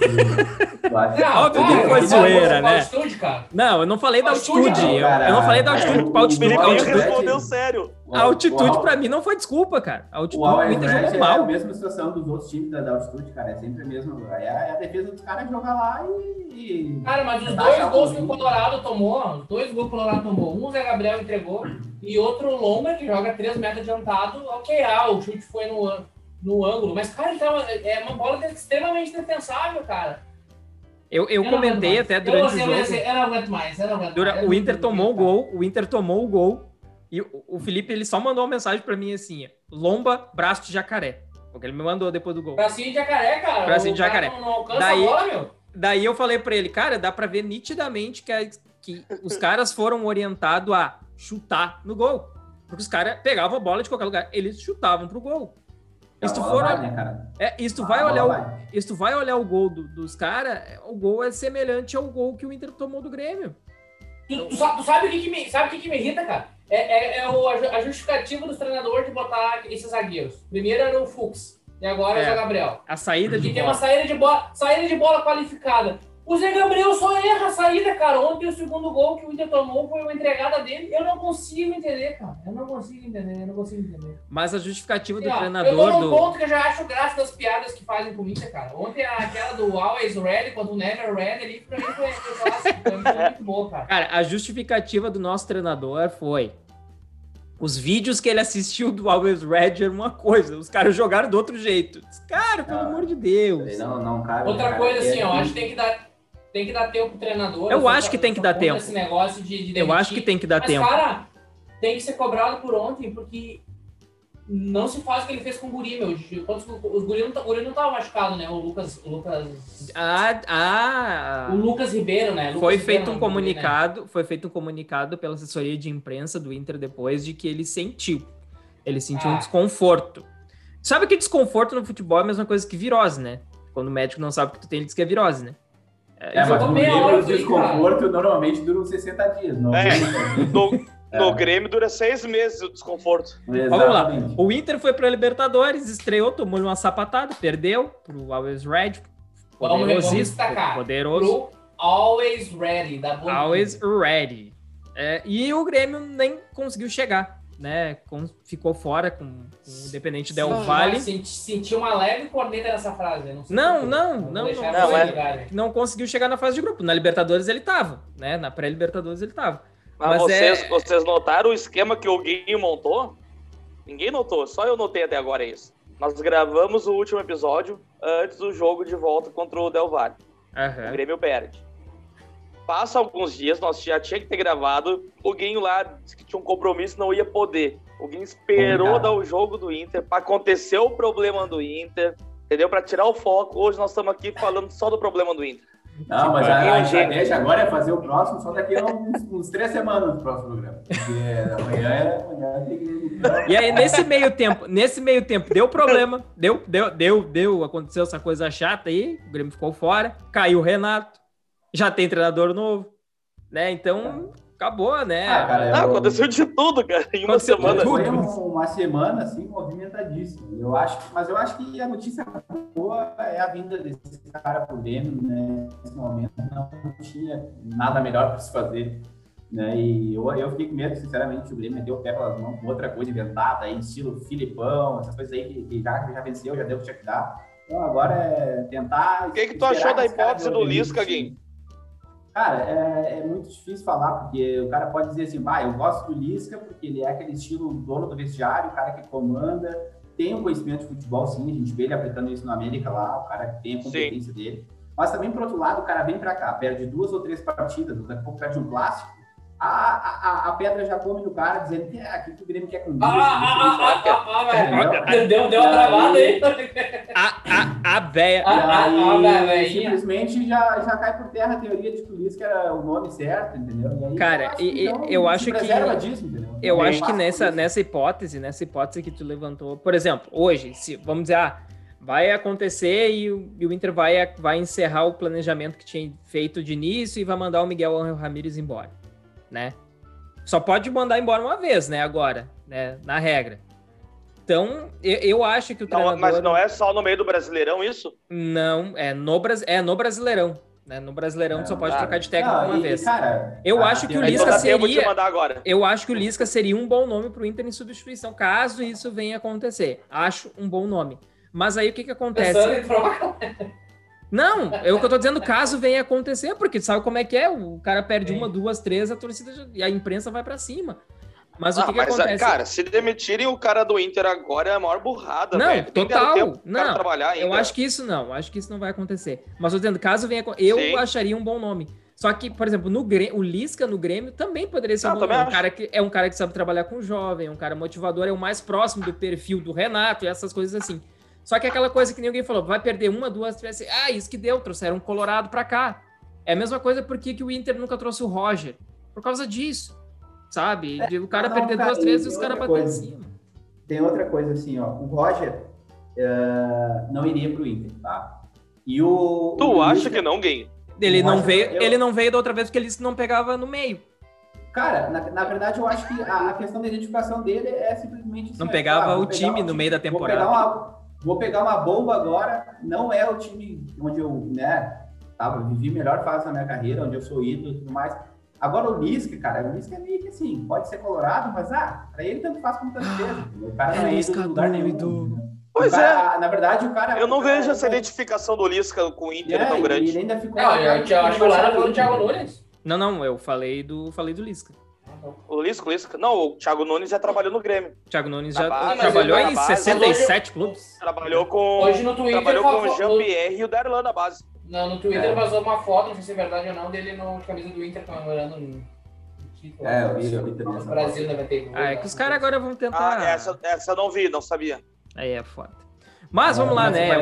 Óbvio que foi zoeira, né? Altitude, cara. Não, eu não falei da altitude. Não, Eu não falei da altitude. O Felipe respondeu sério. A altitude pra mim não foi desculpa, cara. A altitude do Inter jogou mal. É a mesma situação dos outros times da altitude, cara. É sempre a mesma. É a defesa dos caras jogar lá e... Cara, mas os 2 gols que o Colorado tomou, um Zé Gabriel entregou e outro longa que joga 3 metros adiantado. Ok, o chute foi no ângulo. Mas, cara, então, é uma bola extremamente defensável, cara. Eu comentei até durante o jogo. Eu não aguento mais. O Inter tomou o gol. E o Felipe, ele só mandou uma mensagem pra mim assim, lomba, braço de jacaré. Porque ele me mandou depois do gol. Bracinho de jacaré, cara. Bracinho de jacaré. Não alcança a bola, meu. Daí eu falei pra ele, cara, dá pra ver nitidamente que os caras foram orientados a chutar no gol. Porque os caras pegavam a bola de qualquer lugar, eles chutavam pro gol. Se tu vai olhar o gol dos caras, o gol é semelhante ao gol que o Inter tomou do Grêmio. Tu sabe o que me irrita, cara? A justificativa dos treinadores de botar esses zagueiros. Primeiro era o Fux, e agora é o Zé Gabriel. A saída de bola. Tem uma saída de bola qualificada. O Zé Gabriel só erra a saída, cara. Ontem o segundo gol que o Inter tomou foi uma entregada dele. Eu não consigo entender, cara. Mas a justificativa do eu treinador... tô num ponto que eu já acho graça das piadas que fazem com o Inter, cara. Ontem aquela do Always Ready, quando o Never Ready ali, pra mim foi muito boa, cara. Cara, a justificativa do nosso treinador foi... Os vídeos que ele assistiu do Always Ready eram uma coisa, os caras jogaram do outro jeito. Cara, pelo amor de Deus. Não, cara. Outra coisa assim, ó, acho que tem que dar tempo pro treinador. Eu acho que tem que dar tempo. Esse negócio de eu acho que tem que dar tempo. Mas, cara, tem que ser cobrado por ontem, porque não se faz o que ele fez com o Guri, meu. O Guri não tava machucado, né? O Lucas Ribeiro, né? Foi feito um comunicado pela assessoria de imprensa do Inter depois de que ele sentiu um desconforto. Sabe que desconforto no futebol é a mesma coisa que virose, né? Quando o médico não sabe o que tu tem, ele diz que é virose, né? Mas o desconforto normalmente dura 60 dias. No Grêmio dura 6 meses o desconforto. Vamos lá. O Inter foi para a Libertadores, estreou, tomou uma sapatada, perdeu pro Always Ready. Vamos destacar. Poderoso. Pro Always Ready, da Bolívia. Always Ready. E o Grêmio nem conseguiu chegar, né? Ficou fora com o Independente Del Valle. Sentiu uma leve corneta nessa frase. Não conseguiu chegar na fase de grupo. Na Libertadores ele tava, né? Na pré-Libertadores ele tava. Mas vocês notaram o esquema que o Guinho montou? Ninguém notou, só eu notei até agora isso. Nós gravamos o último episódio antes do jogo de volta contra o Del Valle. O Grêmio perde. Passa alguns dias, nós já tinha que ter gravado. O Guinho lá disse que tinha um compromisso, não ia poder. O Guinho esperou dar o jogo do Inter para acontecer o problema do Inter, entendeu? Para tirar o foco. Hoje nós estamos aqui falando só do problema do Inter. Não, mas a estratégia agora é fazer o próximo só daqui a uns 3 semanas do próximo programa. Porque amanhã tem que... E aí, nesse meio tempo, deu problema. Aconteceu essa coisa chata aí, o Grêmio ficou fora, caiu o Renato, já tem treinador novo, né? Então, acabou, né? Aconteceu de tudo, cara, em uma semana. Foi uma semana, assim, movimentadíssima. Mas eu acho que a notícia boa é a vinda desse cara pro Grêmio, né? Nesse momento não tinha nada melhor para se fazer, né? E eu fiquei com medo, sinceramente, o Grêmio meteu o pé pelas mãos com outra coisa inventada, aí, estilo Filipão, essas coisas aí que já venceu, já deu o que tinha que dar. Então agora é tentar... O que tu achou da hipótese do Lisca, Guinho? Cara, é muito difícil falar, porque o cara pode dizer assim, eu gosto do Lisca porque ele é aquele estilo dono do vestiário, o cara que comanda, tem um conhecimento de futebol, sim, a gente vê ele aplicando isso no América lá, o cara que tem a competência dele. Mas também, por outro lado, o cara vem pra cá, perde 2 ou 3 partidas, daqui a pouco perde um clássico, a pedra já come no cara, dizendo que aqui que o Grêmio quer com Deus. Deu uma travada aí. A véia. Simplesmente já cai por terra a teoria de que o Lisca era o nome certo, entendeu? E aí, cara, eu acho que... disso, entendeu? Eu acho que nessa hipótese que tu levantou, por exemplo, hoje, vamos dizer, vai acontecer e o Inter vai encerrar o planejamento que tinha feito de início e vai mandar o Miguel Ángel Ramírez embora, né? Só pode mandar embora uma vez, né, agora, né, na regra. Então, eu acho que o treinador... Mas não é só no meio do Brasileirão isso? Não, é no Brasileirão. Né? No Brasileirão tu só pode trocar de técnico uma vez. Cara, eu acho que o Lisca seria... Agora. Eu acho que o Lisca seria um bom nome pro Inter em substituição, caso isso venha acontecer. Acho um bom nome. Mas aí o que acontece? Não, é o que eu tô dizendo, caso venha acontecer, porque sabe como é que é? O cara perde uma, duas, três, a torcida e a imprensa vai pra cima. Mas o que acontece? Cara, se demitirem o cara do Inter agora é a maior burrada, não, velho. Total. Não, trabalhar ainda. Eu acho que isso não vai acontecer. Mas tô dizendo, caso venha... Eu acharia um bom nome. Só que, por exemplo, o Lisca no Grêmio também poderia ser um bom nome. Um cara que sabe trabalhar com jovem, um cara motivador, é o mais próximo do perfil do Renato e essas coisas assim. Só que aquela coisa que ninguém falou, vai perder uma, duas, três... isso que deu, trouxeram um Colorado pra cá. É a mesma coisa porque o Inter nunca trouxe o Roger. Por causa disso. Sabe? O cara perder duas, três e os caras bater em cima. Tem outra coisa assim, ó. O Roger não iria pro Inter, tá? E tu acha que não, Gui? Ele não veio da outra vez porque ele disse que não pegava no meio. Cara, na verdade, eu acho que a questão da identificação dele é simplesmente... Assim, não pegava o time no meio da temporada. Vou pegar uma bomba agora. Não é o time onde eu, vivi a melhor fase da minha carreira, onde eu sou ídolo e tudo mais. Agora o Lisca, cara, o Lisca é meio que assim, pode ser colorado, mas pra ele tanto faz como tanto fez. O cara não é ídolo em lugar nenhum. Pois Na verdade, o cara... Eu não vejo essa identificação do Lisca com o Inter tão grande. Ele ainda ficou... eu acho que o Lara falou do Thiago Nunes. Não, eu falei do Lisca. O Lisca? Não, o Thiago Nunes já trabalhou no Grêmio. O Thiago Nunes já trabalhou em 67 clubes. Trabalhou com... Hoje no Twitter... Trabalhou com o Jean-Pierre e o Darlan na base. Não, no Twitter vazou uma foto, não sei se é verdade ou não, dele no camisa do Inter comemorando no título. Eu vi também. No Brasil 92. É que os caras agora vão tentar... Essa eu não vi, não sabia. Aí é foda. Mas vamos lá, né?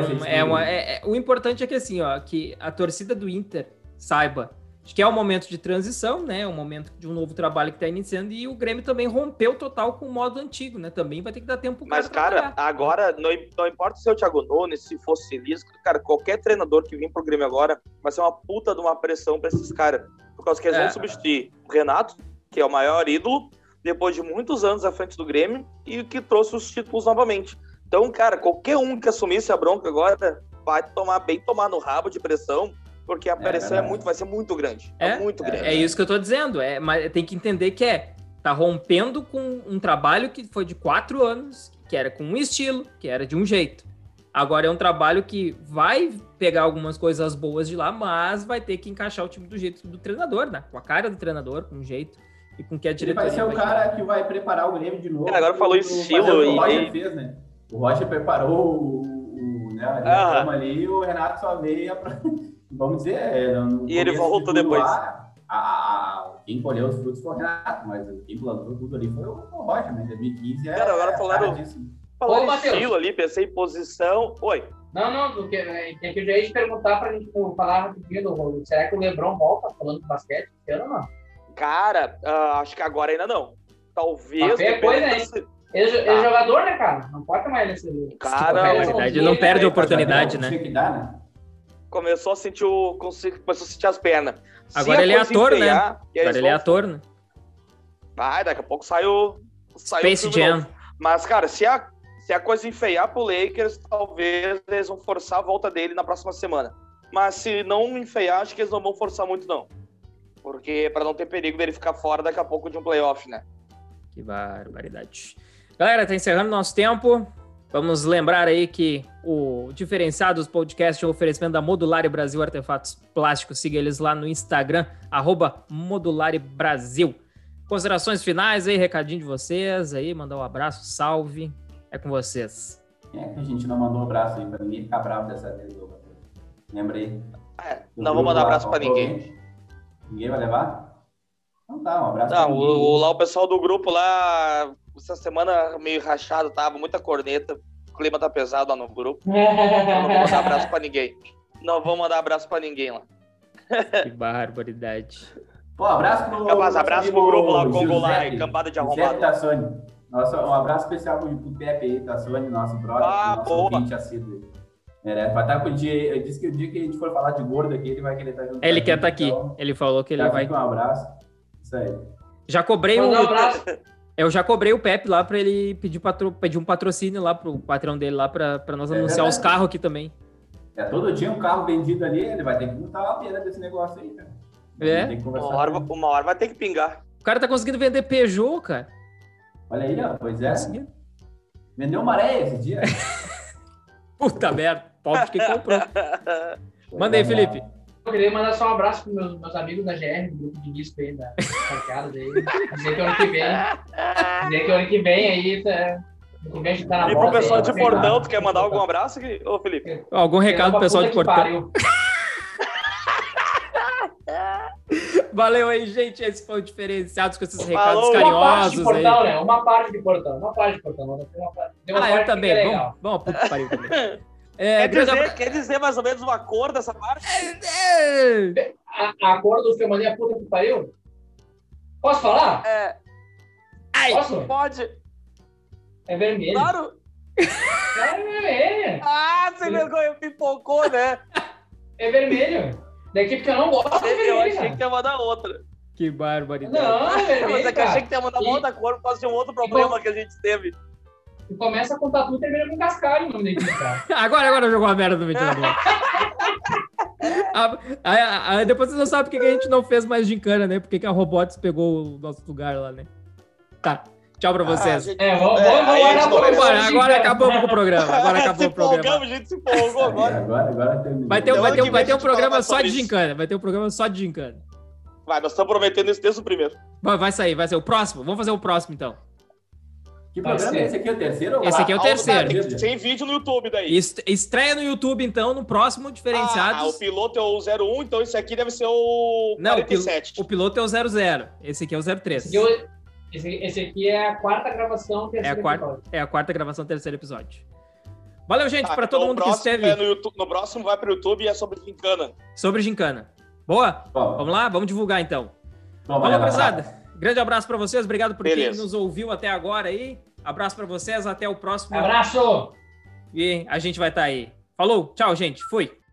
O importante é que assim, ó, que a torcida do Inter saiba que é um momento de transição, né? É um momento de um novo trabalho que tá iniciando e o Grêmio também rompeu total com o modo antigo, né? Também vai ter que dar tempo pro Mas, cara, agora, não importa se é o Thiago Nunes, se fosse Lisca, cara, qualquer treinador que vir pro Grêmio agora vai ser uma puta de uma pressão pra esses caras. Por causa que eles vão substituir o Renato, que é o maior ídolo, depois de muitos anos à frente do Grêmio e que trouxe os títulos novamente. Então, cara, qualquer um que assumisse a bronca agora vai tomar no rabo de pressão, porque a pressão vai ser muito grande. Muito grande. É isso que eu tô dizendo. Mas tem que entender que tá rompendo com um trabalho que foi de 4 anos, que era com um estilo, que era de um jeito. Agora é um trabalho que vai pegar algumas coisas boas de lá, mas vai ter que encaixar o time do jeito do treinador, né? Com a cara do treinador, com o jeito e com o que a diretoria vai ser o cara que vai preparar o Grêmio de novo. Agora falou estilo e... O Roger fez, né? O Roger preparou a cama ali e o Renato só veio vamos dizer... e ele voltou depois. Quem colheu os frutos foi o Renato, mas quem plantou tudo ali foi o Roger, né? Em 2015 agora falaram estilo ali, pensei em posição. Oi. Não, porque tem que eu já ia te perguntar pra gente falar rapidinho será que o LeBron volta falando de basquete esse ano ou não? Cara, acho que agora ainda não. Talvez... Ele é jogador, né, cara? Não pode mais nesse... Cara, na verdade, ele não perde a oportunidade, né? Começou a sentir as pernas. Agora ele é ator, né? Agora ele é ator, né? Daqui a pouco sai o Space Jam. Novo. Mas, cara, se a coisa enfeiar pro Lakers, talvez eles vão forçar a volta dele na próxima semana. Mas se não enfeiar, acho que eles não vão forçar muito, não. Porque para não ter perigo dele ficar fora daqui a pouco de um playoff, né? Que barbaridade. Galera, tá encerrando nosso tempo. Vamos lembrar aí que o Diferenciados Podcast é um oferecimento da Modulari Brasil Artefatos Plásticos. Siga eles lá no Instagram, @ModulariBrasil. Considerações finais aí, recadinho de vocês aí, mandar um abraço, salve. É com vocês. Quem é que a gente não mandou um abraço aí pra ninguém ficar bravo dessa vez? Lembra aí? Não vou mandar abraço pra ninguém. Ninguém vai levar? Então tá, um abraço pra ninguém. O pessoal do grupo lá... Essa semana meio rachado, tava muita corneta. O clima tá pesado lá no grupo. Então não vou mandar abraço pra ninguém. Não vou mandar abraço pra ninguém lá. Que barbaridade. Pô, abraço pro grupo lá, Congo lá, cambada de arrombado. Nossa, um abraço especial pro Pepe aí, Tassoni, nosso brother, nosso ouvinte assíduo. Vai estar com o dia. Eu disse que o dia que a gente for falar de gordo aqui, ele vai querer estar junto. Ele quer estar aqui. Ele falou que ele vai. Um abraço. Isso aí. Já cobrei Mandar um abraço. Eu já cobrei o Pepe lá pra ele pedir um patrocínio lá pro patrão dele lá pra nós anunciar os carros aqui também. Todo dia um carro vendido ali, ele vai ter que botar a pena desse negócio aí, cara. Tem que Uma hora vai ter que pingar. O cara tá conseguindo vender Peugeot, cara. Olha aí, ó, pois é. Conseguindo. Vendeu maré esse dia. Puta merda, pobre de quem comprou. Manda aí, Felipe. Eu queria mandar só um abraço para meus amigos da GR, do grupo de disco aí, da Parqueadas aí. Dizer que ano que vem aí, a gente tá na E volta. pro pessoal aí, de Portão, tu quer mandar algum abraço aqui? Ô, Felipe. Algum recado pro pessoal de Portão? Valeu aí, gente. Esse foi o Diferenciados com esses recados carinhosos aí. Né? Uma parte de Portão. Eu também. Vamos puto que pariu também. Quer dizer mais ou menos uma cor dessa parte? A cor do que eu mandei a puta que pariu? Posso falar? Posso? Pode. É vermelho. Claro. É vermelho. Sem vergonha, pipocou, né? É vermelho. Da equipe que eu não gosto. Eu achei que ia mandar outra. Que barbaridade. Não, é vermelho, Mas é que eu achei que ia mandar uma outra cor por causa de um outro problema que a gente teve. E começa com tatu e termina com cascalho o nome da equipe, cara. Agora jogou a merda do ventilador. Depois vocês não sabem por que a gente não fez mais gincana, né? Porque a Robots pegou o nosso lugar lá, né? Tá. Tchau pra vocês. Vamos agora acabamos com o programa. Agora acabou o programa. A gente se empolgou agora. Agora terminou. Vai ter um programa só de gincana. Vai ter um programa só de gincana. Vai, nós estamos prometendo isso desde o primeiro. Vai ser o próximo. Vamos fazer o próximo, então. Que programa é esse aqui? É o terceiro? Esse aqui é o terceiro. Tem vídeo no YouTube daí. Estreia no YouTube, então, no próximo Diferenciados. O piloto é o 01, então esse aqui deve ser o 47. O piloto é o 00. Esse aqui é o 03. Esse aqui é a quarta gravação, terceiro episódio. É a quarta gravação, terceiro episódio. Valeu, gente, pra todo mundo que esteve. No próximo vai pro YouTube e é sobre gincana. Sobre gincana. Boa? Vamos lá? Vamos divulgar, então. Valeu, gurizada. Grande abraço pra vocês. Obrigado por quem nos ouviu até agora aí. Abraço pra vocês. Até o próximo. Abraço! E a gente vai estar aí. Falou. Tchau, gente. Fui.